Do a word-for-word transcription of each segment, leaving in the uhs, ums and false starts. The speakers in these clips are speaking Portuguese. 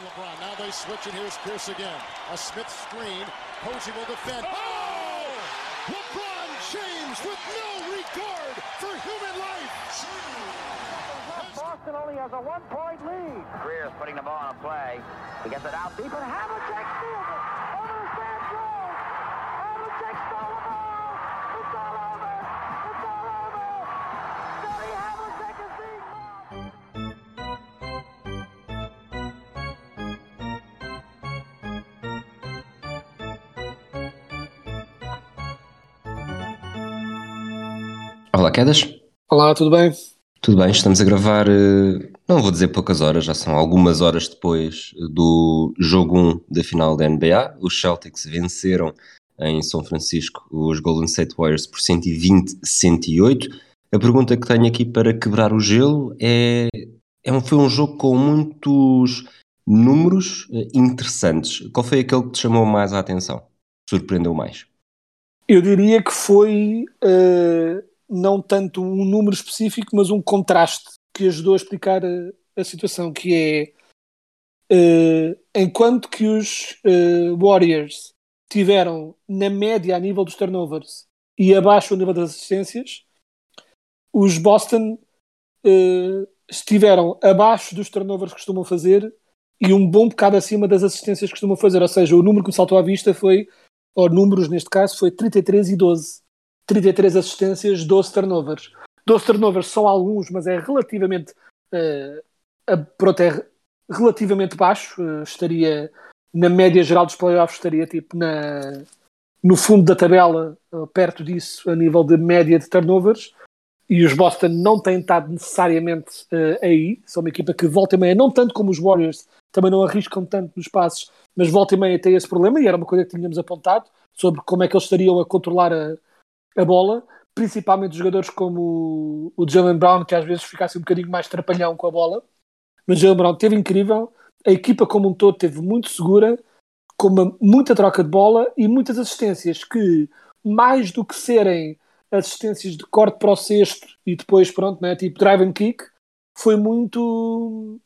LeBron. Now they switch and here's Pierce again. A Smith screen. Posey will defend. Oh! LeBron James with no regard for human life. Boston only has a one-point lead. Greer's putting the ball on a play. He gets it out deep and Havlicek steals it. Over the Sam Jones. Havlicek stole the ball. It's all over. It's all over. Scotty Havlicek is being mobbed. Olá, Quedas. Olá, tudo bem? Tudo bem, estamos a gravar, eh, não vou dizer poucas horas, já são algumas horas depois do jogo um da final da N B A. Os Celtics venceram em São Francisco os Golden State Warriors por cento e vinte a cento e oito. A pergunta que tenho aqui para quebrar o gelo é, é um, foi um jogo com muitos números eh, interessantes. Qual foi aquele que te chamou mais a atenção? Surpreendeu mais? Eu diria que foi uh, não tanto um número específico, mas um contraste que ajudou a explicar a, a situação, que é uh, enquanto que os uh, Warriors tiveram na média a nível dos turnovers e abaixo a nível das assistências, os Boston uh, estiveram abaixo dos turnovers que costumam fazer e um bom bocado acima das assistências que costumam fazer, ou seja, o número que me saltou à vista foi, ou números neste caso, foi trinta e três e doze. trinta e três assistências, doze turnovers. doze turnovers são alguns, mas é relativamente uh, a, pronto, é relativamente baixo. Uh, estaria na média geral dos playoffs, estaria tipo na, no fundo da tabela, uh, perto disso, a nível de média de turnovers. E os Boston não têm estado necessariamente uh, aí. São uma equipa que volta e meia, não tanto como os Warriors, também não arriscam tanto nos passes, mas volta e meia tem esse problema, e era uma coisa que tínhamos apontado, sobre como é que eles estariam a controlar a, a bola, principalmente jogadores como o, o Jaylen Brown, que às vezes ficasse um bocadinho mais trapalhão com a bola. Mas Jaylen Brown teve incrível, a equipa como um todo teve muito segura, com uma, muita troca de bola e muitas assistências que, mais do que serem assistências de corte para o cesto e depois, pronto, né, tipo drive and kick, foi muito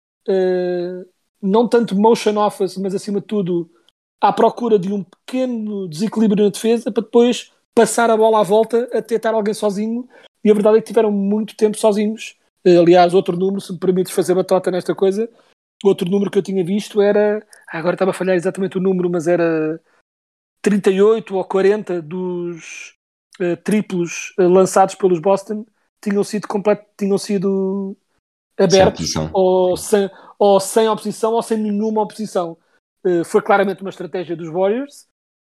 uh, não tanto motion offense, mas acima de tudo à procura de um pequeno desequilíbrio na defesa para depois passar a bola à volta até estar alguém sozinho, e a verdade é que tiveram muito tempo sozinhos. Uh, aliás, outro número, se me permites fazer batota nesta coisa, outro número que eu tinha visto era, agora estava a falhar exatamente o número, mas era trinta e oito ou quarenta dos Uh, triplos uh, lançados pelos Boston tinham sido, complet- tinham sido abertos sem ou sem, ou sem oposição ou sem nenhuma oposição. Uh, foi claramente uma estratégia dos Warriors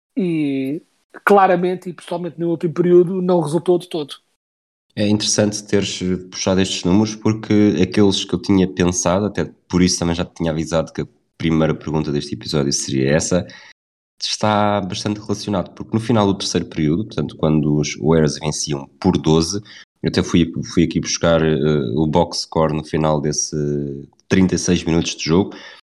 e claramente e pessoalmente no último período não resultou de todo. É interessante teres puxado estes números, porque aqueles que eu tinha pensado, até por isso também já te tinha avisado que a primeira pergunta deste episódio seria essa, está bastante relacionado, porque no final do terceiro período, portanto, quando os Warriors venciam por doze, eu até fui, fui aqui buscar uh, o box score no final desse trinta e seis minutos de jogo,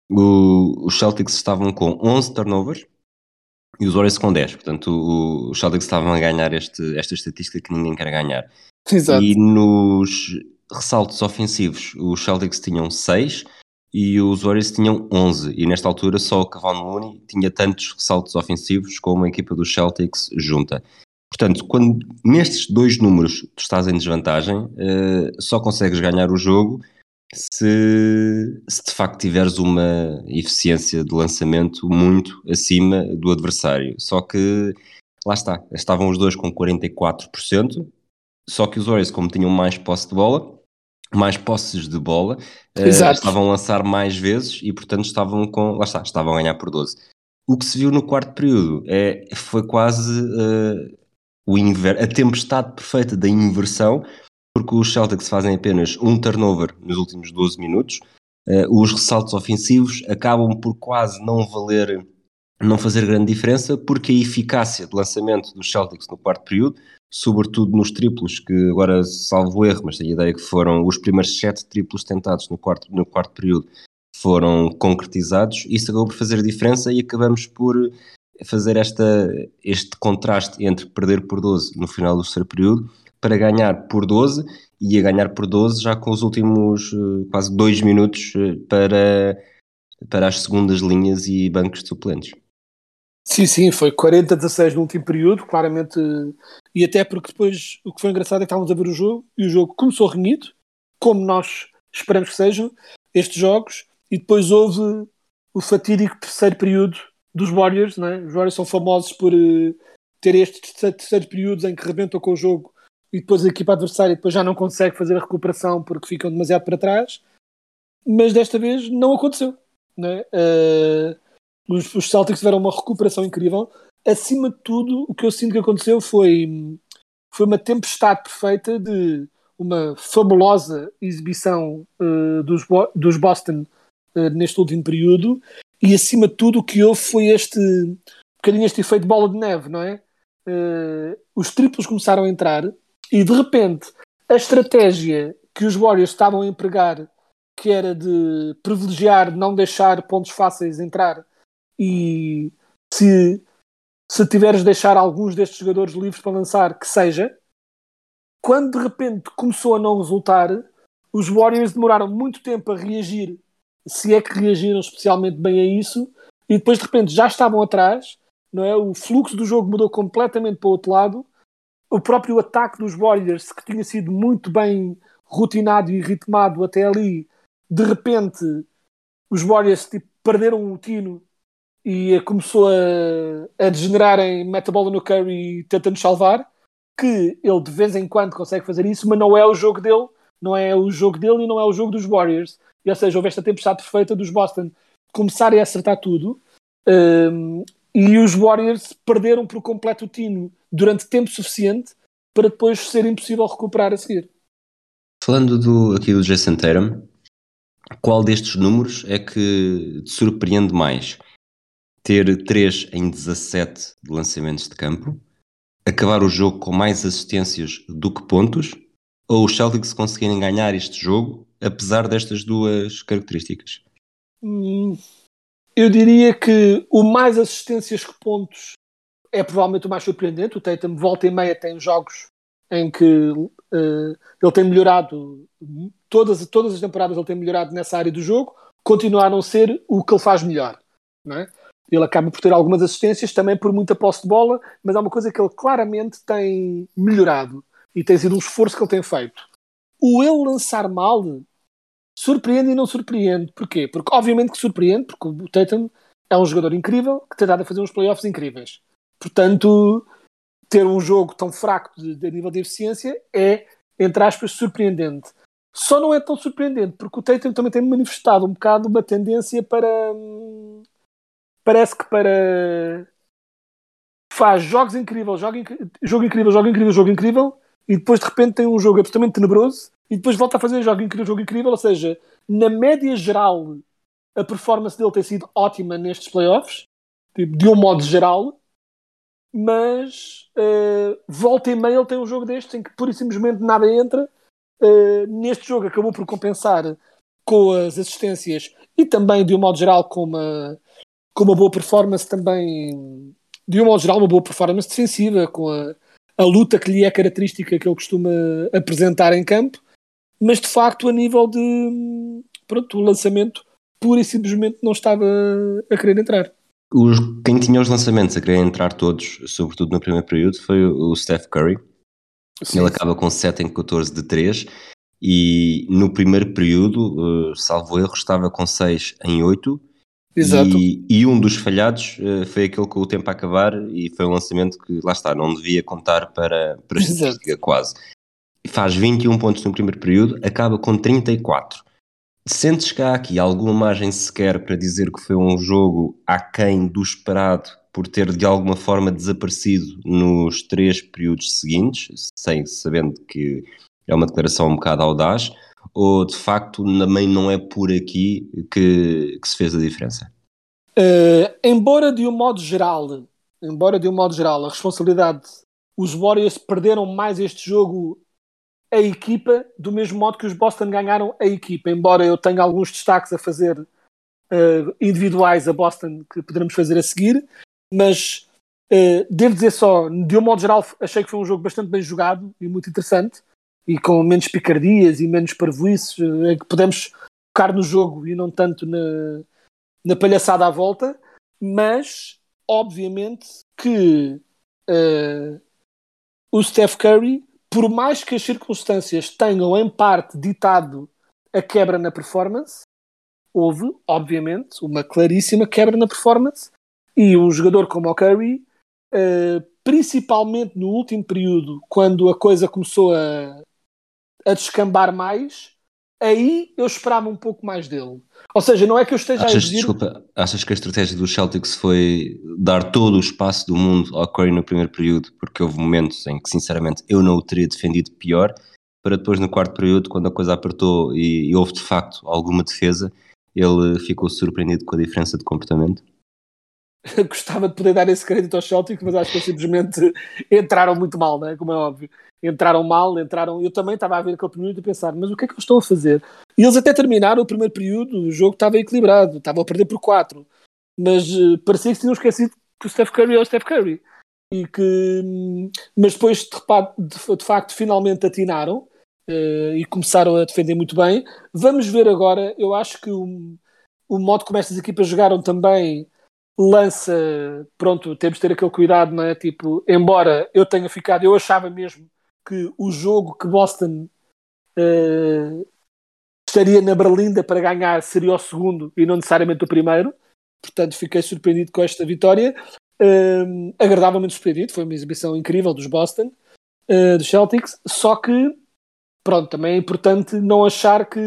o, os Celtics estavam com onze turnovers e os Warriors com dez, portanto, o, os Celtics estavam a ganhar este, esta estatística que ninguém quer ganhar. Exato. E nos ressaltos ofensivos, os Celtics tinham seis e os Warriors tinham onze, e nesta altura só o Kevon Looney tinha tantos ressaltos ofensivos como a equipa dos Celtics junta. Portanto, quando nestes dois números tu estás em desvantagem, uh, só consegues ganhar o jogo se, se de facto tiveres uma eficiência de lançamento muito acima do adversário. Só que, lá está, estavam os dois com quarenta e quatro por cento, só que os Warriors, como tinham mais posse de bola, mais posses de bola, uh, estavam a lançar mais vezes e portanto estavam com, lá está, estavam a ganhar por doze. O que se viu no quarto período é, foi quase uh, o inver- a tempestade perfeita da inversão, porque os Celtics fazem apenas um turnover nos últimos doze minutos, uh, os ressaltos ofensivos acabam por quase não valer, não fazer grande diferença, porque a eficácia de lançamento dos Celtics no quarto período, sobretudo nos triplos, que agora salvo erro, mas tenho a ideia que foram os primeiros sete triplos tentados no quarto, no quarto período, foram concretizados. Isso acabou por fazer a diferença e acabamos por fazer esta, este contraste entre perder por doze no final do terceiro período para ganhar por doze, e a ganhar por doze já com os últimos uh, quase dois minutos uh, para para as segundas linhas e bancos de suplentes. Sim, sim, foi quarenta a dezasseis no último período, claramente, e até porque depois o que foi engraçado é que estávamos a ver o jogo e o jogo começou renhido, como nós esperamos que sejam estes jogos, e depois houve o fatídico terceiro período dos Warriors, né? Os Warriors são famosos por uh, ter estes terceiros períodos em que rebentam com o jogo e depois a equipa adversária depois já não consegue fazer a recuperação porque ficam demasiado para trás, mas desta vez não aconteceu, né? Uh, os, os Celtics tiveram uma recuperação incrível. Acima de tudo, o que eu sinto que aconteceu foi, foi uma tempestade perfeita de uma fabulosa exibição uh, dos, dos Boston uh, neste último período, e acima de tudo o que houve foi este um bocadinho este efeito bola de neve, não é? Uh, os triplos começaram a entrar e de repente a estratégia que os Warriors estavam a empregar, que era de privilegiar, não deixar pontos fáceis entrar, e se, se tiveres de deixar alguns destes jogadores livres para lançar, que seja, quando de repente começou a não resultar, os Warriors demoraram muito tempo a reagir, se é que reagiram especialmente bem a isso, e depois de repente já estavam atrás, não é? O fluxo do jogo mudou completamente para o outro lado. O próprio ataque dos Warriors, que tinha sido muito bem rotinado e ritmado até ali, de repente os Warriors tipo, perderam o tino e começou a, a degenerar em mete a bola no Curry e tenta-nos salvar, que ele de vez em quando consegue fazer isso, mas não é o jogo dele, não é o jogo dele e não é o jogo dos Warriors. E, ou seja, houve esta tempestade perfeita dos Boston começarem a acertar tudo, um, e os Warriors perderam por completo o tino durante tempo suficiente para depois ser impossível recuperar a seguir. Falando do, aqui do Jason Tatum, qual destes números é que te surpreende mais? Ter três em dezassete de lançamentos de campo, acabar o jogo com mais assistências do que pontos, ou os Celtics conseguirem ganhar este jogo apesar destas duas características? Hum, eu diria que o mais assistências que pontos é provavelmente o mais surpreendente. O Tatum volta e meia tem jogos em que uh, ele tem melhorado, todas, todas as temporadas ele tem melhorado nessa área do jogo, continua a não ser o que ele faz melhor, não é? Ele acaba por ter algumas assistências, também por muita posse de bola, mas é uma coisa que ele claramente tem melhorado e tem sido um esforço que ele tem feito. O ele lançar mal surpreende e não surpreende. Porquê? Porque obviamente que surpreende, porque o Tatum é um jogador incrível que tem dado a fazer uns playoffs incríveis. Portanto, ter um jogo tão fraco de, de nível de eficiência é, entre aspas, surpreendente. Só não é tão surpreendente porque o Tatum também tem manifestado um bocado uma tendência para... Hum, parece que para... faz jogos incríveis, jogo, inc... jogo incrível, jogo incrível, jogo incrível, e depois de repente tem um jogo absolutamente tenebroso e depois volta a fazer jogo incrível, jogo incrível. Ou seja, na média geral a performance dele tem sido ótima nestes playoffs, tipo, de um modo geral, mas uh, volta e meia ele tem um jogo destes em que pura e simplesmente nada entra. Uh, neste jogo acabou por compensar com as assistências e também de um modo geral com uma, com uma boa performance também, de um modo geral uma boa performance defensiva, com a, a luta que lhe é característica que ele costuma apresentar em campo, mas de facto a nível de pronto, o lançamento pura e simplesmente não estava a querer entrar. Os, quem tinha os lançamentos a querer entrar todos, sobretudo no primeiro período, foi o Steph Curry. Sim. Ele acaba com sete em catorze de três e no primeiro período, uh, salvo erro, estava com seis em oito. Exato. E, e um dos falhados uh, foi aquele com o tempo a acabar e foi um lançamento que, lá está, não devia contar para, para a estatística quase. Faz vinte e um pontos no primeiro período, acaba com trinta e quatro. Sentes que há aqui alguma margem sequer para dizer que foi um jogo aquém do esperado por ter de alguma forma desaparecido nos três períodos seguintes, sem, sabendo que é uma declaração um bocado audaz, ou de facto também não é por aqui que, que se fez a diferença? Uh, embora de um modo geral, embora de um modo geral a responsabilidade, os Warriors perderam mais este jogo a equipa, do mesmo modo que os Boston ganharam a equipa, embora eu tenha alguns destaques a fazer uh, individuais a Boston que poderemos fazer a seguir, mas uh, devo dizer só, de um modo geral achei que foi um jogo bastante bem jogado e muito interessante, e com menos picardias e menos parvoices, uh, em que podemos focar no jogo e não tanto na, na palhaçada à volta, mas obviamente que uh, o Steph Curry, por mais que as circunstâncias tenham em parte ditado a quebra na performance, houve, obviamente, uma claríssima quebra na performance, e um jogador como o Curry, uh, principalmente no último período, quando a coisa começou a, a descambar mais, aí eu esperava um pouco mais dele. Ou seja, não é que eu esteja achas, a exigir... Desculpa, achas que a estratégia dos Celtics foi dar todo o espaço do mundo ao Curry no primeiro período, porque houve momentos em que, sinceramente, eu não o teria defendido pior, para depois no quarto período, quando a coisa apertou e, e houve de facto alguma defesa, ele ficou surpreendido com a diferença de comportamento? Gostava de poder dar esse crédito aos Celtics, mas acho que eles simplesmente entraram muito mal, não é? Como é óbvio. Entraram mal, entraram... Eu também estava a ver aquele período e a pensar, mas o que é que eles estão a fazer? E eles até terminaram o primeiro período, o jogo estava equilibrado, estavam a perder por quatro, mas uh, parecia que se tinham esquecido que o Steph Curry é o Steph Curry. E que... Mas depois, de, de, de facto, finalmente atinaram uh, e começaram a defender muito bem. Vamos ver agora, eu acho que o, o modo como estas equipas jogaram também lança, pronto, temos de ter aquele cuidado, não é? Tipo, embora eu tenha ficado, eu achava mesmo que o jogo que Boston uh, estaria na berlinda para ganhar seria o segundo e não necessariamente o primeiro, portanto fiquei surpreendido com esta vitória, uh, agradavelmente surpreendido, foi uma exibição incrível dos Boston, uh, dos Celtics, só que, pronto, também é importante não achar que,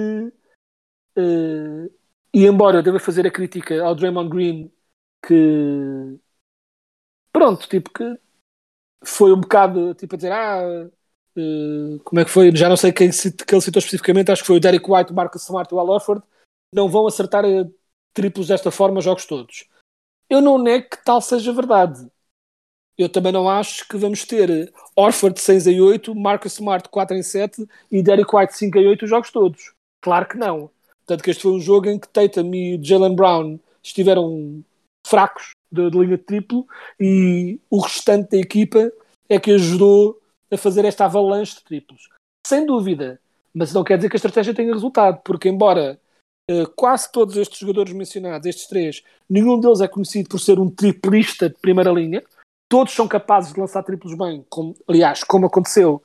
uh, e embora eu deva fazer a crítica ao Draymond Green, que pronto, tipo que foi um bocado tipo a dizer ah, uh, como é que foi, já não sei quem que ele citou especificamente, acho que foi o Derek White, o Marcus Smart e o Al Horford, não vão acertar triplos desta forma jogos todos. Eu não nego que tal seja verdade. Eu também não acho que vamos ter Horford seis em oito, Marcus Smart quatro em sete e Derek White cinco em oito os jogos todos. Claro que não. Portanto que este foi um jogo em que Tatum e Jaylen Brown estiveram fracos de, de linha de triplo e o restante da equipa é que ajudou a fazer esta avalanche de triplos. Sem dúvida. Mas não quer dizer que a estratégia tenha resultado, porque embora uh, quase todos estes jogadores mencionados, estes três, nenhum deles é conhecido por ser um triplista de primeira linha, todos são capazes de lançar triplos bem, como, aliás, como aconteceu,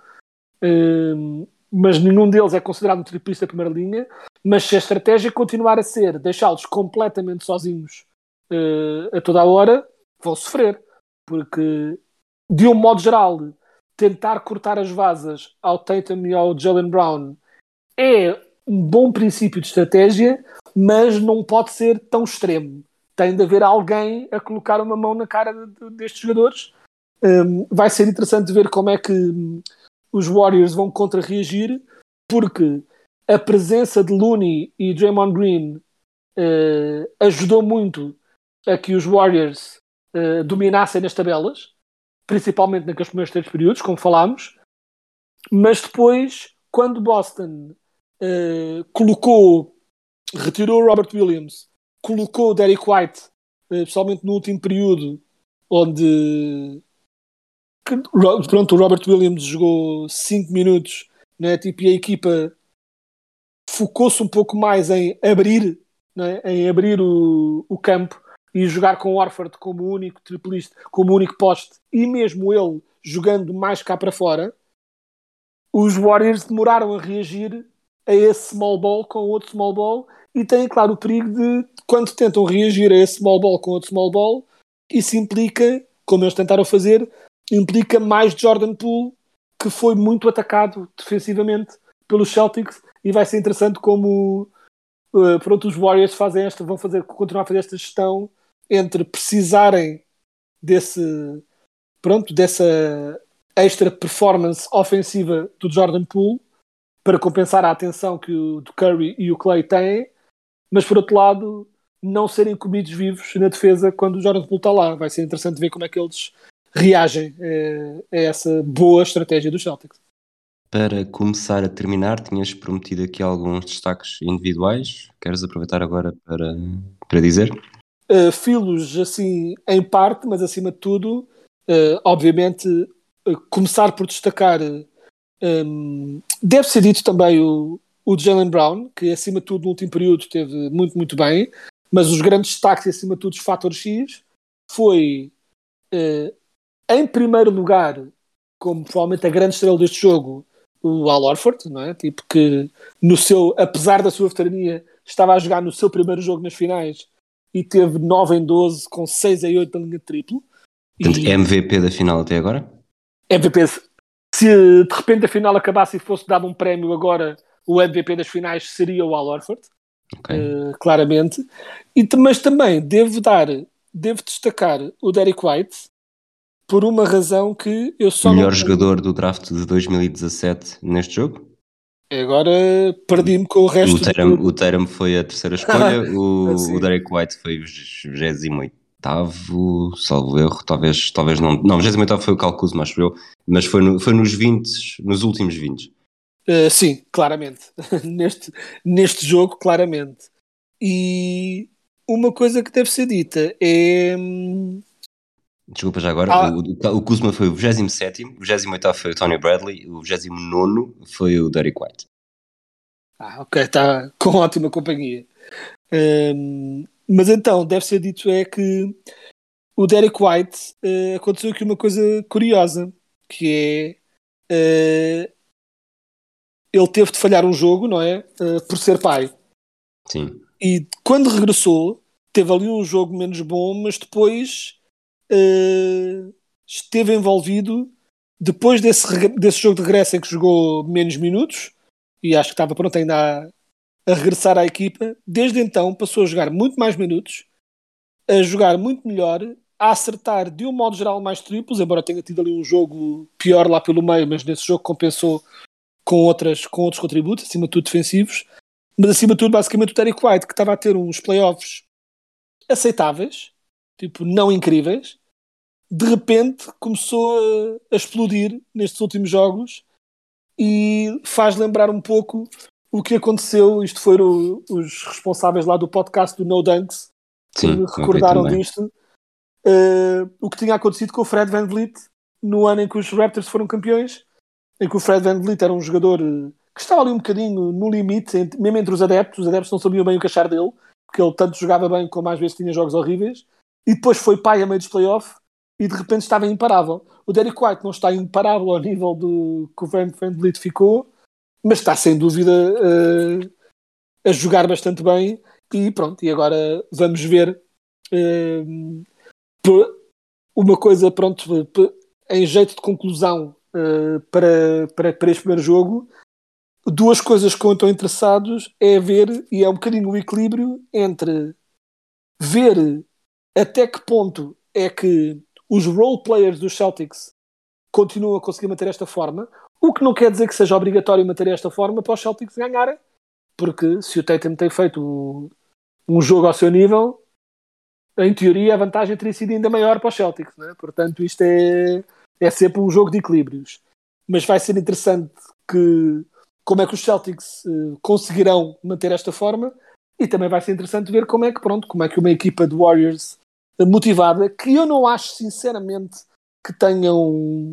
uh, mas nenhum deles é considerado um triplista de primeira linha, mas se a estratégia continuar a ser deixá-los completamente sozinhos Uh, a toda a hora, vão sofrer, porque de um modo geral tentar cortar as vasas ao Tatum e ao Jaylen Brown é um bom princípio de estratégia, mas não pode ser tão extremo. Tem de haver alguém a colocar uma mão na cara de, de, destes jogadores. Um, vai ser interessante ver como é que um, os Warriors vão contra-reagir, porque a presença de Looney e Draymond Green uh, ajudou muito a que os Warriors uh, dominassem nas tabelas, principalmente naqueles primeiros três períodos, como falámos, mas depois, quando Boston uh, colocou, retirou o Robert Williams, colocou o Derek White, uh, especialmente no último período, onde que, pronto, o Robert Williams jogou cinco minutos, né, tipo, e a equipa focou-se um pouco mais em abrir, né, em abrir o, o campo, e jogar com o Horford como único triplista, como único poste, e mesmo ele jogando mais cá para fora, os Warriors demoraram a reagir a esse small ball com outro small ball, e têm, claro, o perigo de, quando tentam reagir a esse small ball com outro small ball, isso implica, como eles tentaram fazer, implica mais Jordan Poole, que foi muito atacado defensivamente pelos Celtics, e vai ser interessante como uh, pronto, os Warriors fazem esta, vão fazer, continuar a fazer esta gestão entre precisarem desse, pronto, dessa extra performance ofensiva do Jordan Poole para compensar a atenção que o Curry e o Clay têm, mas por outro lado não serem comidos vivos na defesa quando o Jordan Poole está lá. Vai ser interessante ver como é que eles reagem a, a essa boa estratégia dos Celtics. Para começar a terminar, tinhas prometido aqui alguns destaques individuais. Queres aproveitar agora para, para dizer? Uh, filos assim em parte, mas acima de tudo, uh, obviamente, uh, começar por destacar, um, deve ser dito também o, o Jaylen Brown, que acima de tudo no último período esteve muito, muito bem. Mas os grandes destaques, e acima de tudo os fatores X, foi uh, em primeiro lugar, como provavelmente a grande estrela deste jogo, o Al Horford, não é? Tipo que no seu, apesar da sua veterania, estava a jogar no seu primeiro jogo nas finais e teve nove em doze com seis em oito na linha de triplo. Portanto, E M V P da final até agora? M V P, se de repente a final acabasse e fosse dado um prémio agora, o M V P das finais seria o Al Horford, Okay. uh, claramente. E, mas também devo dar, devo destacar o Derrick White por uma razão que eu só Melhor não... jogador do draft de dois mil e dezassete neste jogo? Agora perdi-me com o O resto Tatum, do... o Tatum foi a terceira escolha, o, o assim. Derek White foi o vigésimo oitavo, salvo erro, talvez, talvez não. Não, vigésimo oitavo foi o Kyle Kuzma, acho eu, mas foi, no, foi nos vinte, nos últimos vinte. Uh, sim, claramente. neste, neste jogo, claramente. E uma coisa que deve ser dita é... Desculpa já agora, Ah, o, o, o Kuzma foi o vigésimo sétimo, o vigésimo oitavo foi o Tony Bradley, o vigésimo nono foi o Derek White. ah ok, está com ótima companhia. Um, mas então, deve ser dito é que o Derek White uh, aconteceu aqui uma coisa curiosa, que é uh, ele teve de falhar um jogo, não é? Uh, por ser pai. Sim. E quando regressou, teve ali um jogo menos bom, mas depois uh, esteve envolvido, depois desse, desse jogo de regresso em que jogou menos minutos, e acho que estava pronto ainda a, a regressar à equipa, desde então passou a jogar muito mais minutos, a jogar muito melhor, a acertar de um modo geral mais triplos, embora tenha tido ali um jogo pior lá pelo meio, mas nesse jogo compensou com, outras, com outros contributos, acima de tudo defensivos. Mas acima de tudo, basicamente, o Derrick White, que estava a ter uns playoffs aceitáveis, tipo, não incríveis, de repente começou a, a explodir nestes últimos jogos e faz lembrar um pouco o que aconteceu. Isto foram os responsáveis lá do podcast do No Dunks que Sim, recordaram okay, disto. Uh, o que tinha acontecido com o Fred VanVleet no ano em que os Raptors foram campeões, em que o Fred VanVleet era um jogador que estava ali um bocadinho no limite, mesmo entre os adeptos. Os adeptos não sabiam bem o que achar dele, porque ele tanto jogava bem como às vezes tinha jogos horríveis, e depois foi pai a meio dos playoffs e de repente estava imparável. O Derrick White não está imparável ao nível do que o Fred VanVleet ficou, mas está sem dúvida uh, a jogar bastante bem. E pronto, e agora vamos ver uh, uma coisa, pronto, em jeito de conclusão uh, para, para, para este primeiro jogo. Duas coisas que estão interessados é ver, e é um bocadinho o equilíbrio entre ver até que ponto é que os role players dos Celtics continuam a conseguir manter esta forma, o que não quer dizer que seja obrigatório manter esta forma para os Celtics ganharem, porque se o Tatum tem feito um jogo ao seu nível, em teoria a vantagem teria sido ainda maior para os Celtics, né? Portanto isto é, é sempre um jogo de equilíbrios, mas vai ser interessante que como é que os Celtics uh, conseguirão manter esta forma, e também vai ser interessante ver como é que, pronto, como é que uma equipa de Warriors uh, motivada, que eu não acho sinceramente que tenham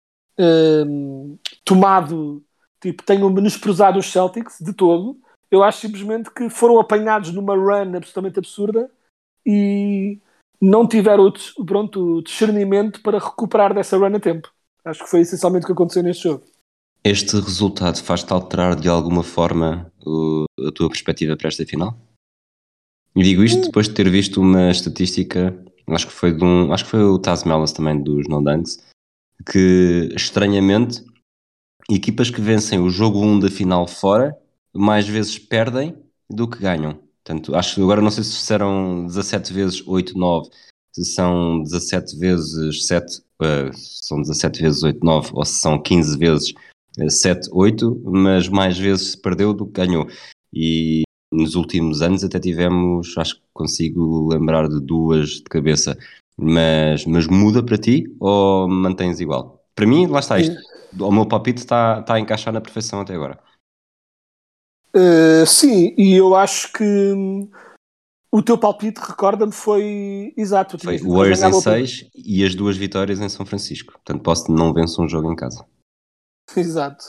uh, tomado, tipo, tenham menosprezado os Celtics de todo. Eu acho simplesmente que foram apanhados numa run absolutamente absurda e não tiveram o, pronto, o discernimento para recuperar dessa run a tempo. Acho que foi essencialmente o que aconteceu neste jogo. Este resultado faz-te alterar de alguma forma o, a tua perspectiva para esta final? E digo isto depois de ter visto uma estatística, acho que foi de um, acho que foi o Taz Mellas também dos No Dunks, que estranhamente equipas que vencem o jogo um da final fora mais vezes perdem do que ganham. Portanto, acho que agora não sei se serão dezassete vezes oito, nove, se são dezassete vezes sete, uh, são dezassete vezes oito, nove, ou se são quinze vezes sete, oito, mas mais vezes se perdeu do que ganhou. E nos últimos anos até tivemos, acho que consigo lembrar de duas de cabeça, mas, mas muda para ti ou mantens igual? Para mim, lá está isto. O meu palpite está, está a encaixar na perfeição até agora. Uh, sim, e eu acho que hum, o teu palpite, recorda-me, foi exato. Foi o Warriors em seis e as duas vitórias em São Francisco. Portanto, posso não vencer um jogo em casa. Exato.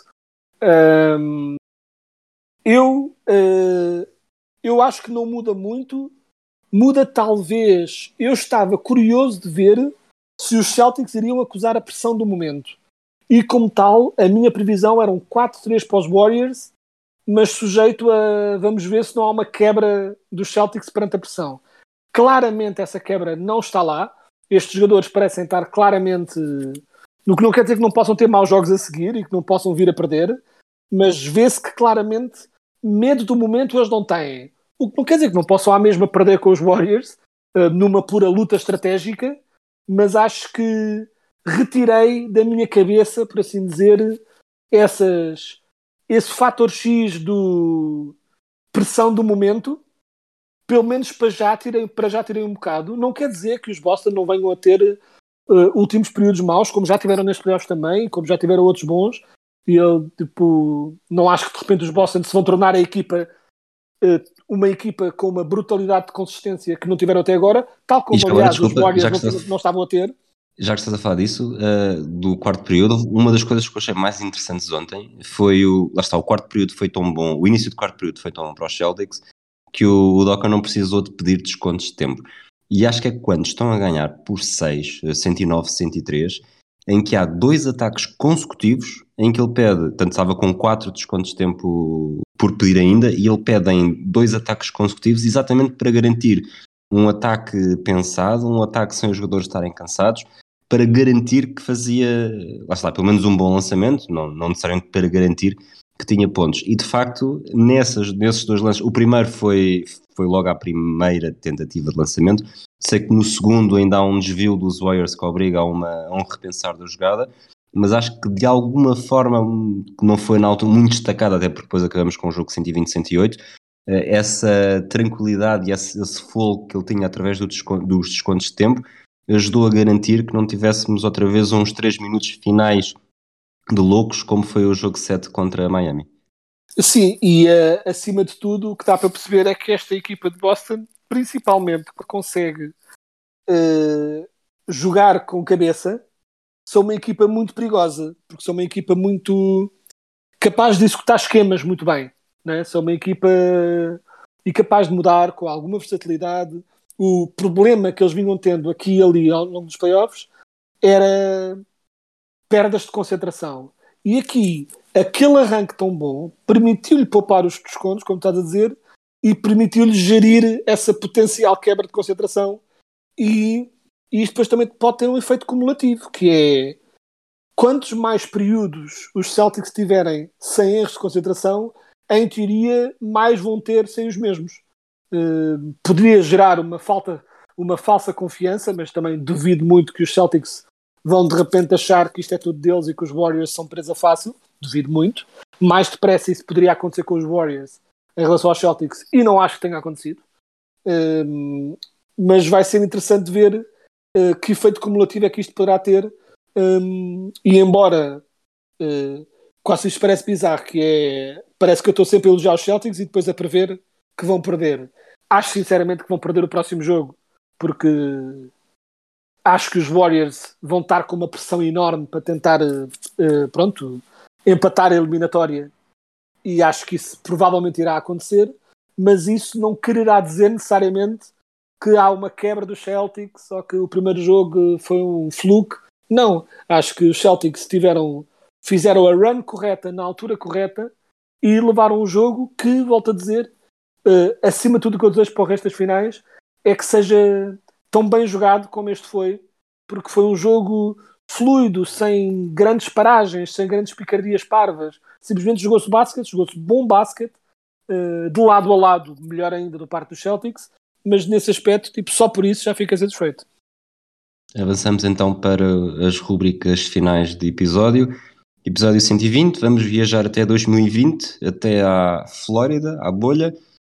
Um, eu, uh, eu acho que não muda muito, Muda talvez, eu estava curioso de ver se os Celtics iriam acusar a pressão do momento. E como tal, a minha previsão era um quatro três para os Warriors, mas sujeito a, vamos ver se não há uma quebra dos Celtics perante a pressão. Claramente essa quebra não está lá. Estes jogadores parecem estar claramente... No que não quer dizer que não possam ter maus jogos a seguir e que não possam vir a perder, mas vê-se que claramente medo do momento eles não têm. O que não quer dizer que não possam à mesma perder com os Warriors, uh, numa pura luta estratégica, mas acho que retirei da minha cabeça, por assim dizer, essas, esse fator X do pressão do momento, pelo menos para já tirei, para já tirei um bocado. Não quer dizer que os Boston não venham a ter uh, últimos períodos maus, como já tiveram nestes playoffs também, como já tiveram outros bons, e eu tipo, não acho que de repente os Boston se vão tornar a equipa uma equipa com uma brutalidade de consistência que não tiveram até agora, tal como, agora, aliás, desculpa, os Warriors não, estás, não estavam a ter. Já que estás a falar disso, uh, do quarto período, uma das coisas que eu achei mais interessantes ontem foi o... Lá está, o quarto período foi tão bom, o início do quarto período foi tão bom para os Celtics, que o, o Doca não precisou de pedir descontos de tempo. E acho que é quando estão a ganhar por seis, cento e nove, cento e três, em que há dois ataques consecutivos, em que ele pede, portanto estava com quatro descontos de tempo por pedir ainda, e ele pede em dois ataques consecutivos exatamente para garantir um ataque pensado, um ataque sem os jogadores estarem cansados, para garantir que fazia, lá está, pelo menos um bom lançamento, não, não necessariamente para garantir que tinha pontos. E de facto, nessas, nesses dois lances, o primeiro foi, foi logo à primeira tentativa de lançamento. Sei que no segundo ainda há um desvio dos Warriors que obriga a, uma, a um repensar da jogada, mas acho que de alguma forma, que não foi na altura muito destacada, até porque depois acabamos com o jogo cento e vinte a cento e oito, essa tranquilidade e esse, esse fogo que ele tinha através do desconto, dos descontos de tempo ajudou a garantir que não tivéssemos outra vez uns três minutos finais de loucos, como foi o jogo sete contra Miami. Sim, e uh, acima de tudo o que dá para perceber é que esta equipa de Boston, principalmente que consegue uh, jogar com cabeça, são uma equipa muito perigosa, porque são uma equipa muito capaz de executar esquemas muito bem, né? São uma equipa e capaz de mudar com alguma versatilidade. O problema que eles vinham tendo aqui e ali ao longo dos playoffs era perdas de concentração. E aqui, aquele arranque tão bom permitiu-lhe poupar os descontos, como estás a dizer, e permitiu-lhe gerir essa potencial quebra de concentração. E, e isto depois também pode ter um efeito cumulativo, que é quantos mais períodos os Celtics tiverem sem erros de concentração, em teoria, mais vão ter sem os mesmos. Uh, poderia gerar uma, falta, uma falsa confiança, mas também duvido muito que os Celtics vão de repente achar que isto é tudo deles e que os Warriors são presa fácil. Duvido muito. Mais depressa isso poderia acontecer com os Warriors em relação aos Celtics, e não acho que tenha acontecido. Uh, mas vai ser interessante ver uh, que efeito cumulativo é que isto poderá ter. Um, e embora uh, quase isto parece bizarro, que é, parece que eu estou sempre a elogiar os Celtics e depois a prever que vão perder. Acho sinceramente que vão perder o próximo jogo, porque acho que os Warriors vão estar com uma pressão enorme para tentar uh, uh, pronto, empatar a eliminatória, e acho que isso provavelmente irá acontecer, mas isso não quererá dizer necessariamente que há uma quebra dos Celtics ou que o primeiro jogo foi um fluke. Não, acho que os Celtics tiveram, fizeram a run correta na altura correta e levaram um jogo que, volto a dizer, uh, acima de tudo o que eu desejo para o resto das finais é que seja tão bem jogado como este foi, porque foi um jogo fluido, sem grandes paragens, sem grandes picardias parvas. Simplesmente jogou-se basquete, jogou-se bom basquete, uh, de lado a lado, melhor ainda da parte dos Celtics, mas nesse aspecto, tipo, só por isso já fica satisfeito. Avançamos então para as rubricas finais de episódio. Episódio cento e vinte, vamos viajar até dois mil e vinte, até à Flórida, à bolha.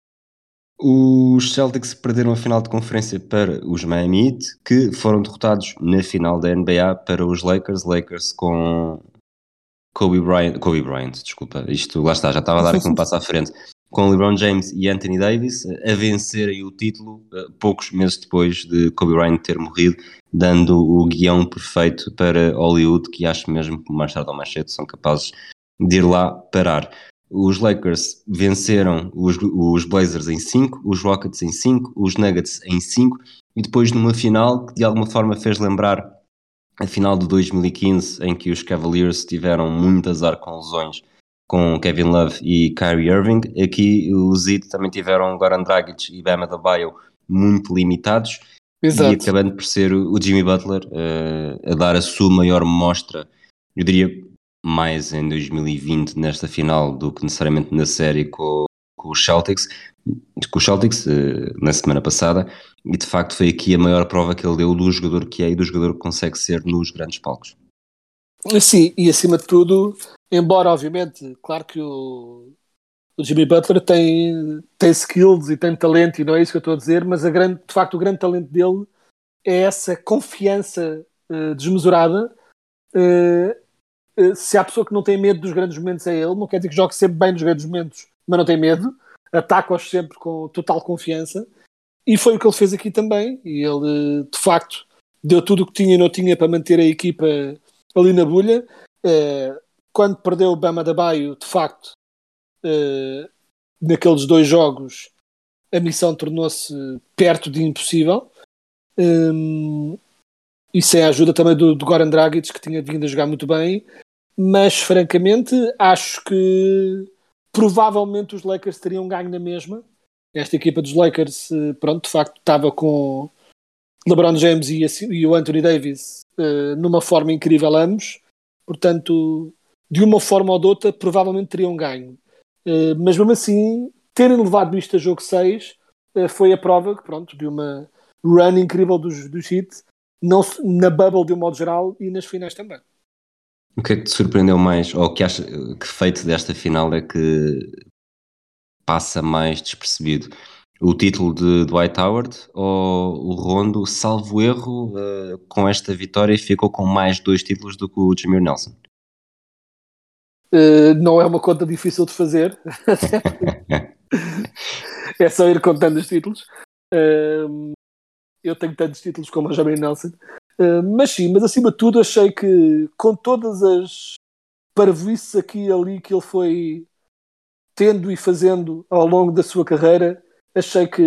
Os Celtics perderam a final de conferência para os Miami Heat, que foram derrotados na final da N B A para os Lakers. Lakers com Kobe Bryant, Kobe Bryant, desculpa, isto lá está, já estava a dar aqui um passo à frente, com LeBron James e Anthony Davis a vencerem o título poucos meses depois de Kobe Bryant ter morrido, dando o guião perfeito para Hollywood, que acho mesmo que mais tarde ou mais cedo são capazes de ir lá parar. os Lakers venceram os, os Blazers em cinco, os Rockets em cinco, os Nuggets em cinco, e depois numa final que de alguma forma fez lembrar a final de dois mil e quinze, em que os Cavaliers tiveram muito azar com lesões com Kevin Love e Kyrie Irving. Aqui os Heat também tiveram Goran Dragic e Bam Adebayo muito limitados. Exato. E acabando por ser o Jimmy Butler uh, a dar a sua maior mostra, eu diria mais em dois mil e vinte nesta final do que necessariamente na série com, com os Celtics, com os Celtics uh, na semana passada, e de facto foi aqui a maior prova que ele deu do jogador que é e do jogador que consegue ser nos grandes palcos. Sim, e acima de tudo, embora obviamente, claro que o, o Jimmy Butler tem, tem skills e tem talento, e não é isso que eu estou a dizer, mas a grande, de facto o grande talento dele é essa confiança uh, desmesurada. Uh, uh, se há pessoa que não tem medo dos grandes momentos é ele, não quer dizer que jogue sempre bem nos grandes momentos, mas não tem medo, ataca-os sempre com total confiança, e foi o que ele fez aqui também, e ele de facto deu tudo o que tinha e não tinha para manter a equipa ali na bolha. Uh, quando perdeu o Bam Adebayo, de facto, uh, naqueles dois jogos, a missão tornou-se perto de impossível. Um, e sem a ajuda também do, do Goran Dragic, que tinha vindo a jogar muito bem. Mas, francamente, acho que provavelmente os Lakers teriam ganho na mesma. Esta equipa dos Lakers, pronto, de facto, estava com LeBron James e, e o Anthony Davis uh, numa forma incrível ambos. Portanto, de uma forma ou de outra, provavelmente teriam ganho. Uh, mas mesmo assim, terem levado isto a jogo seis uh, foi a prova, pronto, de uma run incrível dos, dos Heat, não, na bubble de um modo geral e nas finais também. O que é que te surpreendeu mais, ou que acha que feito desta final é que passa mais despercebido? O título de Dwight Howard ou o Rondo, salvo erro, uh, com esta vitória ficou com mais dois títulos do que o Jameer Nelson? Uh, não é uma conta difícil de fazer. É só ir contando os títulos. Uh, eu tenho tantos títulos como o Jameer Nelson. Uh, mas sim, mas acima de tudo achei que com todas as parvoices aqui e ali que ele foi tendo e fazendo ao longo da sua carreira, achei que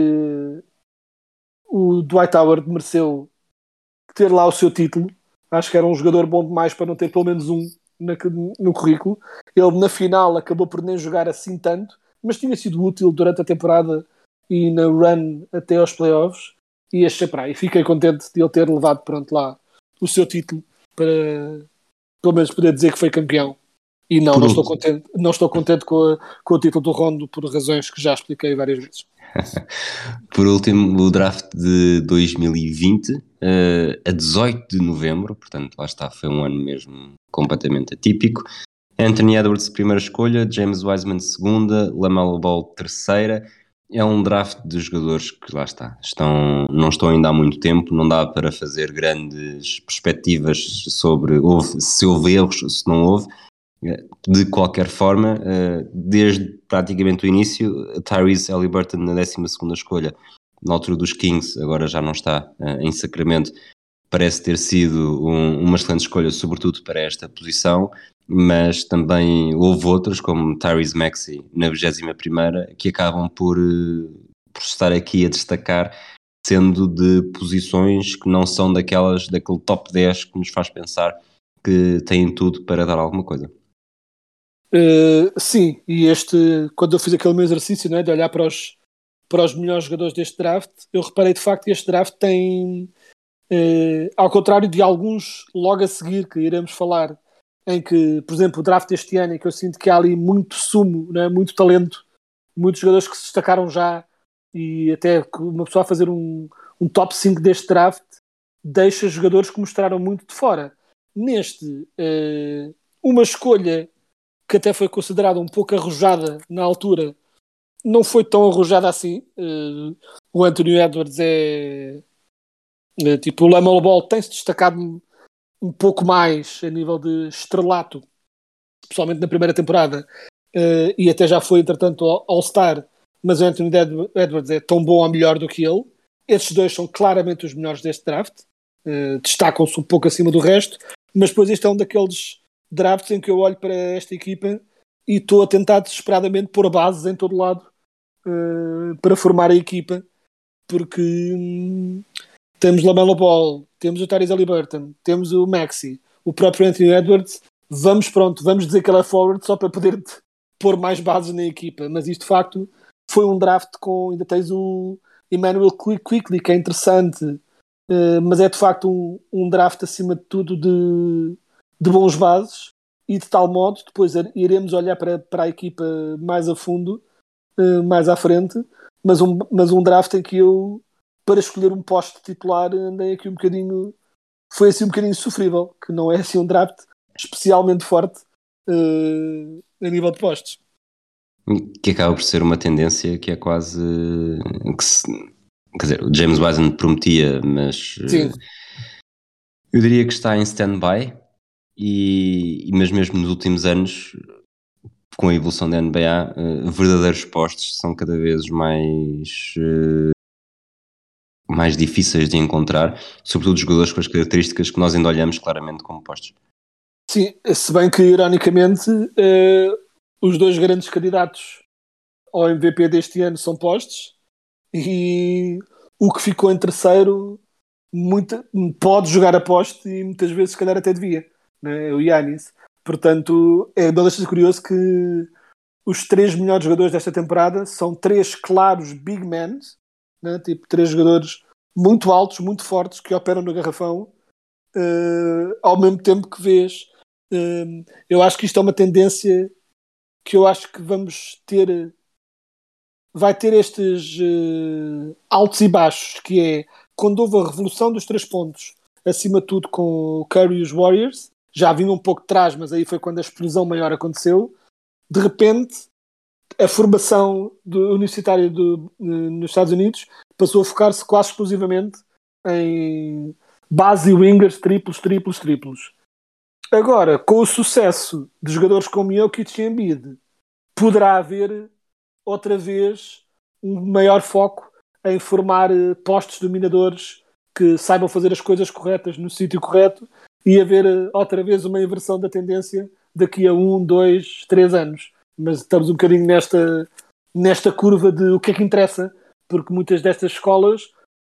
o Dwight Howard mereceu ter lá o seu título. Acho que era um jogador bom demais para não ter pelo menos um no currículo. Ele na final acabou por nem jogar assim tanto, mas tinha sido útil durante a temporada e na run até aos playoffs, e achei para aí. Fiquei contente de ele ter levado pronto lá o seu título para pelo menos poder dizer que foi campeão. E não, não estou contente, não estou contente com, a, com o título do Rondo por razões que já expliquei várias vezes. Por último, o draft de dois mil e vinte, uh, a dezoito de novembro, portanto lá está, foi um ano mesmo completamente atípico. Anthony Edwards primeira escolha, James Wiseman segunda, LaMelo Ball terceira. É um draft de jogadores que lá está, estão, não estão ainda há muito tempo, não dá para fazer grandes perspectivas sobre houve, se houve erros, se não houve. De qualquer forma, desde praticamente o início, Tyrese Haliburton na décima segunda escolha, na altura dos Kings, agora já não está em Sacramento, parece ter sido um, uma excelente escolha, sobretudo para esta posição, mas também houve outros, como Tyrese Maxey na vigésima primeira, que acabam por, por estar aqui a destacar, sendo de posições que não são daquelas, daquele top dez que nos faz pensar que têm tudo para dar alguma coisa. Uh, sim, e este, quando eu fiz aquele meu exercício, né, de olhar para os, para os melhores jogadores deste draft, eu reparei de facto que este draft tem, uh, ao contrário de alguns logo a seguir que iremos falar, em que, por exemplo, o draft deste ano, em que eu sinto que há ali muito sumo, né, muito talento, muitos jogadores que se destacaram já, e até uma pessoa a fazer um, um top cinco deste draft deixa jogadores que mostraram muito de fora. Neste, uh, uma escolha que até foi considerada um pouco arrojada na altura, não foi tão arrojada assim. Uh, o Anthony Edwards é, é tipo, o LaMelo Ball tem-se destacado um pouco mais a nível de estrelato, especialmente na primeira temporada, uh, e até já foi entretanto All-Star, mas o Anthony Edwards é tão bom ou melhor do que ele. Estes dois são claramente os melhores deste draft, uh, destacam-se um pouco acima do resto, mas depois este é um daqueles drafts em que eu olho para esta equipa e estou a tentar desesperadamente pôr bases em todo lado uh, para formar a equipa, porque hum, temos LaMelo Ball, temos o Tyrese Haliburton, temos o Maxey, o próprio Anthony Edwards. Vamos, pronto, vamos dizer que ele é forward só para poder pôr mais bases na equipa, mas isto de facto foi um draft com, ainda tens o Emmanuel Quickley, que é interessante, uh, mas é de facto um, um draft acima de tudo de, de bons bases, e de tal modo depois iremos olhar para, para a equipa mais a fundo, uh, mais à frente, mas um, mas um draft em que eu, para escolher um posto titular, andei aqui um bocadinho, foi assim um bocadinho sofrível, que não é assim um draft especialmente forte uh, a nível de postos. Que acaba por ser uma tendência que é quase que se, quer dizer, o James Wiseman prometia, mas Sim. eu diria que está em stand-by, e, mas mesmo nos últimos anos, com a evolução da N B A, verdadeiros postos são cada vez mais mais difíceis de encontrar, sobretudo jogadores com as características que nós ainda olhamos claramente como postos. Sim, se bem que ironicamente uh, os dois grandes candidatos ao M V P deste ano são postos, e o que ficou em terceiro muita, pode jogar a poste e muitas vezes se calhar até devia, né? O Giannis. Portanto, é, não deixa de curioso que os três melhores jogadores desta temporada são três claros big men, né? Tipo, três jogadores muito altos, muito fortes, que operam no garrafão, uh, ao mesmo tempo que vês. Uh, eu acho que isto é uma tendência que eu acho que vamos ter, vai ter estes uh, altos e baixos, que é quando houve a revolução dos três pontos, acima de tudo com o Curry e os Warriors, já vinha um pouco de trás, mas aí foi quando a explosão maior aconteceu. De repente, a formação do universitária do, nos Estados Unidos passou a focar-se quase exclusivamente em base e wingers, triplos, triplos, triplos. Agora, com o sucesso de jogadores como Jokic e Embiid, poderá haver outra vez um maior foco em formar postos dominadores que saibam fazer as coisas corretas no sítio correto, e haver outra vez uma inversão da tendência daqui a um, dois, três anos. Mas estamos um bocadinho nesta, nesta curva de o que é que interessa, porque muitas destas escolas,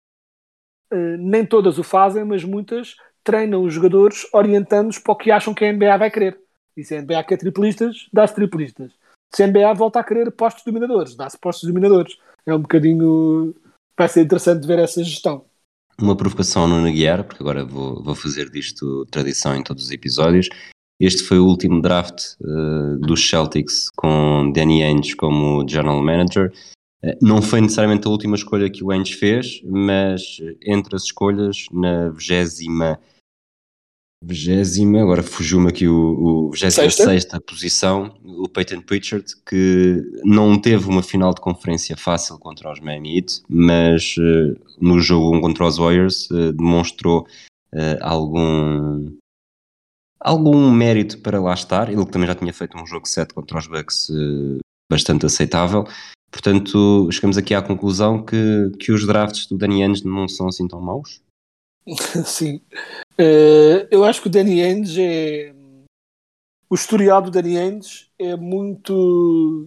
uh, nem todas o fazem, mas muitas treinam os jogadores orientando-os para o que acham que a N B A vai querer. E se a N B A quer triplistas, dá-se triplistas. Se a N B A volta a querer postos dominadores, dá-se postos dominadores. É um bocadinho... Vai ser interessante ver essa gestão. Uma provocação no Guiar, porque agora vou, vou fazer disto tradição em todos os episódios. Este foi o último draft uh, dos Celtics, com Danny Ainge como General Manager. Uh, não foi necessariamente a última escolha que o Ainge fez, mas entre as escolhas, na vigésima, vigésima, agora fugiu-me aqui o, o vigésima sexta posição, o Peyton Pritchard, que não teve uma final de conferência fácil contra os Miami Heat, mas uh, no jogo um contra os Warriors uh, demonstrou uh, algum... algum mérito para lá estar. Ele também já tinha feito um jogo sete contra os Bucks uh, bastante aceitável. Portanto, chegamos aqui à conclusão que, que os drafts do Danny Ainge não são assim tão maus. Sim. Uh, eu acho que o Danny Ainge é... O historial do Danny Ainge é muito...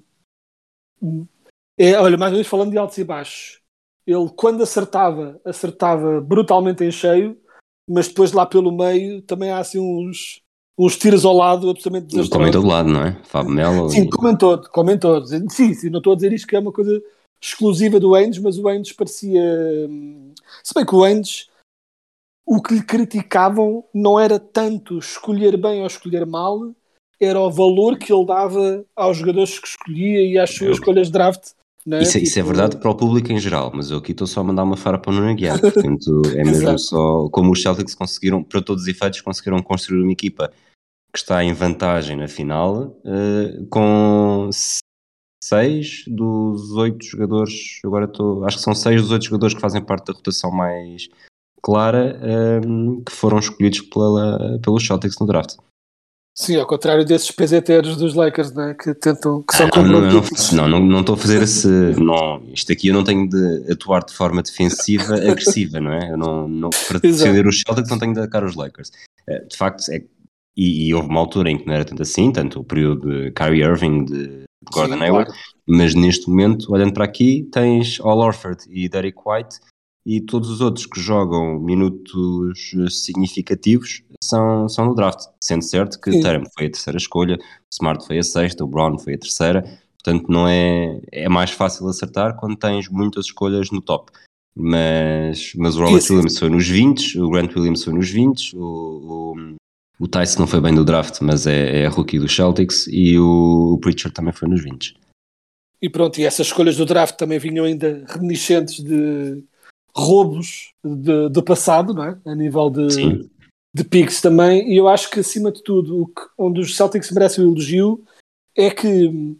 É, olha, mais ou menos falando de altos e baixos. Ele, quando acertava, acertava brutalmente em cheio, mas depois lá pelo meio também há assim uns, uns tiros ao lado absolutamente desastrosos. Como em todo lado, não é? Fábio Melo. Sim, como em todo, como em todos. Sim, sim, não estou a dizer isto que é uma coisa exclusiva do Ainge, mas o Ainge parecia... Se bem que o Ainge, o que lhe criticavam não era tanto escolher bem ou escolher mal, era o valor que ele dava aos jogadores que escolhia e às suas eu... escolhas de draft. Não é? Isso, tipo... isso é verdade para o público em geral, mas eu aqui estou só a mandar uma fara para o Nuno Guiar, portanto é mesmo só como os Celtics conseguiram, para todos os efeitos, conseguiram construir uma equipa que está em vantagem na final, uh, com seis dos oito jogadores, agora estou, acho que são seis dos oito jogadores que fazem parte da rotação mais clara, um, que foram escolhidos pela, pelos Celtics no draft. Sim, ao contrário desses peseteiros dos Lakers, né, que tentam, que são ah, não, não, não, não estou a fazer esse, não, isto aqui eu não tenho de atuar de forma defensiva, agressiva, não é? Eu não, não, para defender os Celtics não tenho de atacar os Lakers. De facto, é, e, e houve uma altura em que não era tanto assim, tanto o período de Kyrie Irving, de, de Gordon Sim, Hayward, claro. mas neste momento, olhando para aqui, tens Al Horford e Derrick White, e todos os outros que jogam minutos significativos são, são no draft, sendo certo que Sim. Tatum foi a terceira escolha, o Smart foi a sexta, o Brown foi a terceira, portanto não é, é mais fácil acertar quando tens muitas escolhas no top. Mas, mas o Robert Esse- Williams foi nos vinte, o Grant Williams foi nos vinte, o, o, o Tyson não foi bem do draft, mas é, é rookie do Celtics, e o, o Pritchard também foi nos vinte. E pronto, e essas escolhas do draft também vinham ainda reminiscentes de roubos de- do passado, não é? A nível de, Sim. de picks também, e eu acho que acima de tudo, o que, onde os Celtics merecem o elogio é que hum,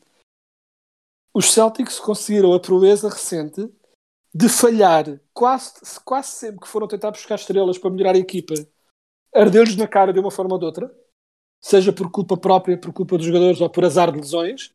os Celtics conseguiram a proeza recente de falhar quase, quase sempre que foram tentar buscar estrelas para melhorar a equipa, ardeu-lhes na cara de uma forma ou de outra, seja por culpa própria, por culpa dos jogadores ou por azar de lesões,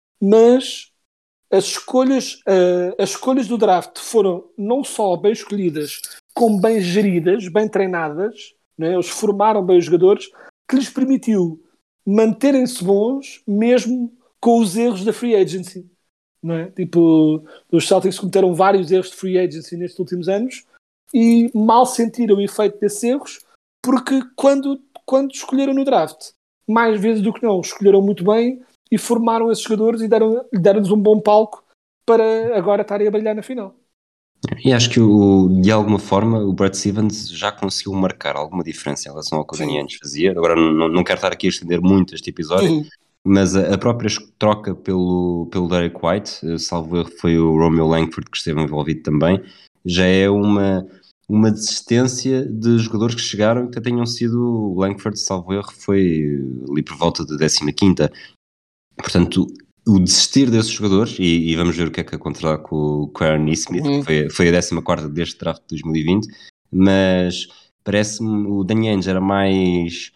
mas as escolhas, uh, as escolhas do draft foram não só bem escolhidas, como bem geridas, bem treinadas, né? Eles formaram bem os jogadores, que lhes permitiu manterem-se bons mesmo com os erros da free agency. Não é? Tipo, os Celtics cometeram vários erros de free agency nestes últimos anos e mal sentiram o efeito desses erros, porque quando, quando escolheram no draft, mais vezes do que não, escolheram muito bem e formaram esses jogadores e deram, deram-lhes um bom palco para agora estarem a brilhar na final. E acho que o, de alguma forma o Brad Stevens já conseguiu marcar alguma diferença em relação ao que o Danny Ainge fazia. Agora não, não quero estar aqui a estender muito este episódio, Sim. mas a, a própria troca pelo, pelo Derrick White, salvo erro foi o Romeo Langford que esteve envolvido também, já é uma, uma desistência de jogadores que chegaram e que tenham sido, o Langford, salvo erro, foi ali por volta da décima quinta. Portanto, o desistir desses jogadores, e, e vamos ver o que é que acontecerá com o Aaron Nesmith, Uhum. que foi, foi a décima quarta deste draft de dois mil e vinte, mas parece-me o Danny Ainge era mais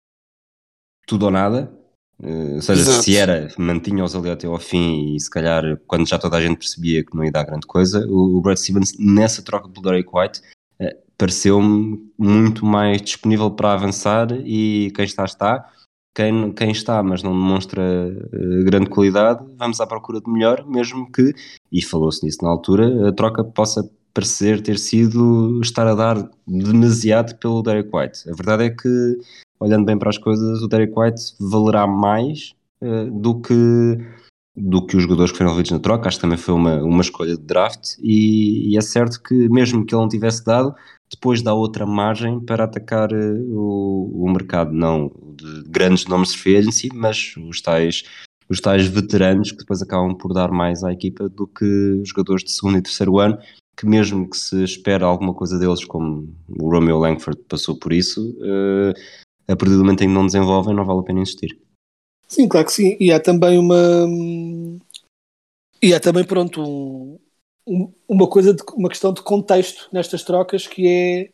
tudo ou nada, uh, ou seja, Exato. se era, mantinha-os ali até ao fim e se calhar quando já toda a gente percebia que não ia dar grande coisa, o, o Brad Stevens nessa troca pelo Derrick White uh, pareceu-me muito mais disponível para avançar e quem está está. Quem, quem está, mas não demonstra uh, grande qualidade, vamos à procura de melhor, mesmo que, e falou-se nisso na altura, a troca possa parecer ter sido estar a dar demasiado pelo Derrick White. A verdade é que, olhando bem para as coisas, o Derrick White valerá mais uh, do que do que os jogadores que foram envolvidos na troca. Acho que também foi uma, uma escolha de draft e, e é certo que mesmo que ele não tivesse dado, depois dá outra margem para atacar uh, o, o mercado, não de grandes nomes de free agency, mas os tais, os tais veteranos que depois acabam por dar mais à equipa do que jogadores de segundo e terceiro ano, que mesmo que se espera alguma coisa deles, como o Romeo Langford passou por isso, uh, a partir do momento em que não desenvolvem, não vale a pena insistir. Sim, claro que sim. E há também uma. E há também, pronto, um, um, uma coisa, de, uma questão de contexto nestas trocas, que é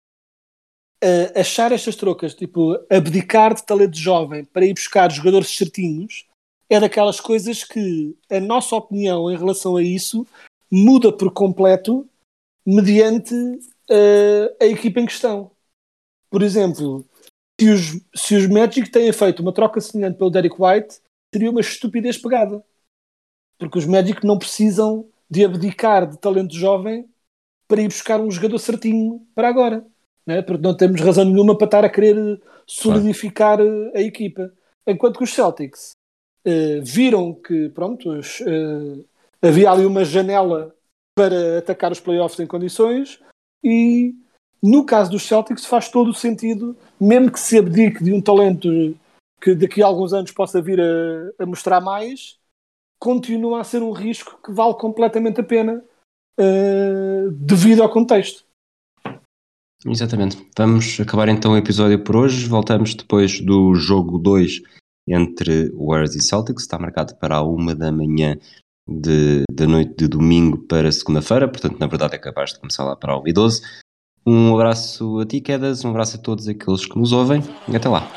uh, achar estas trocas, tipo, abdicar de talento jovem para ir buscar jogadores certinhos, é daquelas coisas que a nossa opinião em relação a isso muda por completo mediante uh, a equipa em questão. Por exemplo, se os, se os Magic têm feito uma troca semelhante pelo Derrick White, seria uma estupidez pegada. Porque os Magic não precisam de abdicar de talento jovem para ir buscar um jogador certinho para agora. Né? Porque não temos razão nenhuma para estar a querer solidificar claro. a equipa. Enquanto que os Celtics uh, viram que, pronto, os, uh, havia ali uma janela para atacar os playoffs em condições e, no caso dos Celtics, faz todo o sentido, mesmo que se abdique de um talento que daqui a alguns anos possa vir a, a mostrar mais, continua a ser um risco que vale completamente a pena uh, devido ao contexto. Exatamente. Vamos acabar então o episódio por hoje. Voltamos depois do jogo dois entre Warriors e Celtics. Está marcado para a uma da manhã de, da noite de domingo para segunda-feira. Portanto, na verdade é capaz de começar lá para a uma e doze. Um abraço a ti, Quedas. Um abraço a todos aqueles que nos ouvem. E até lá.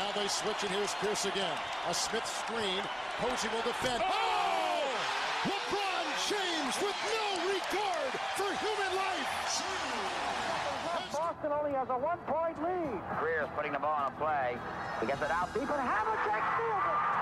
LeBron James with no regard for human life. Boston only has a one-point lead. Greer's putting the ball on a play. He gets it out deep, and Havlicek steals it.